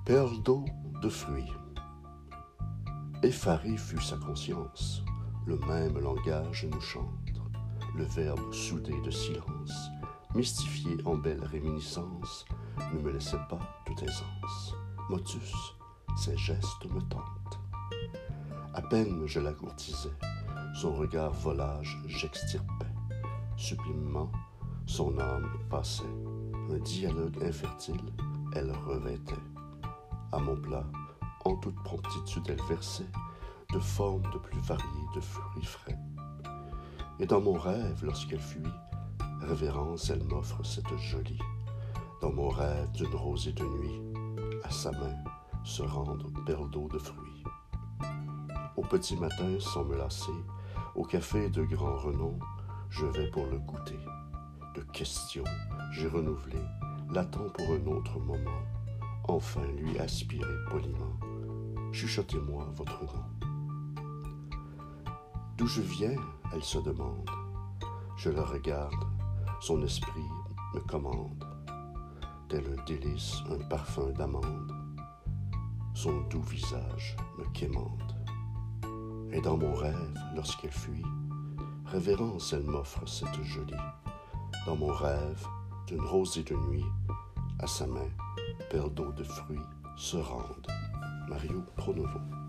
Perle d'eau de fruits. Effarée fut sa conscience, le même langage nous chante, le verbe soudé de silence, mystifié en belles réminiscences, ne me laissait pas toute aisance. Motus, ses gestes me tentent. À peine je la courtisais, son regard volage j'extirpais. Sublimement, son âme passait, un dialogue infertile, elle revêtait. À mon plat, en toute promptitude elle versait de formes de plus variées de fruits frais. Et dans mon rêve, lorsqu'elle fuit, révérence elle m'offre cette jolie. Dans mon rêve d'une rosée de nuit, à sa main se rendre perle d'eau de fruits. Au petit matin, sans me lasser, au café de grand renom, je vais pour le goûter. De questions, j'ai renouvelé, l'attends pour un autre moment. Enfin lui aspirer poliment, chuchotez-moi votre nom. D'où je viens, elle se demande. Je la regarde, son esprit me commande. Tel un délice, un parfum d'amande, son doux visage me quémande. Et dans mon rêve, lorsqu'elle fuit, révérence elle m'offre cette jolie. Dans mon rêve, d'une rosée de nuit, à sa main, perle d'eau de fruits se rendent. Mario Pronovo.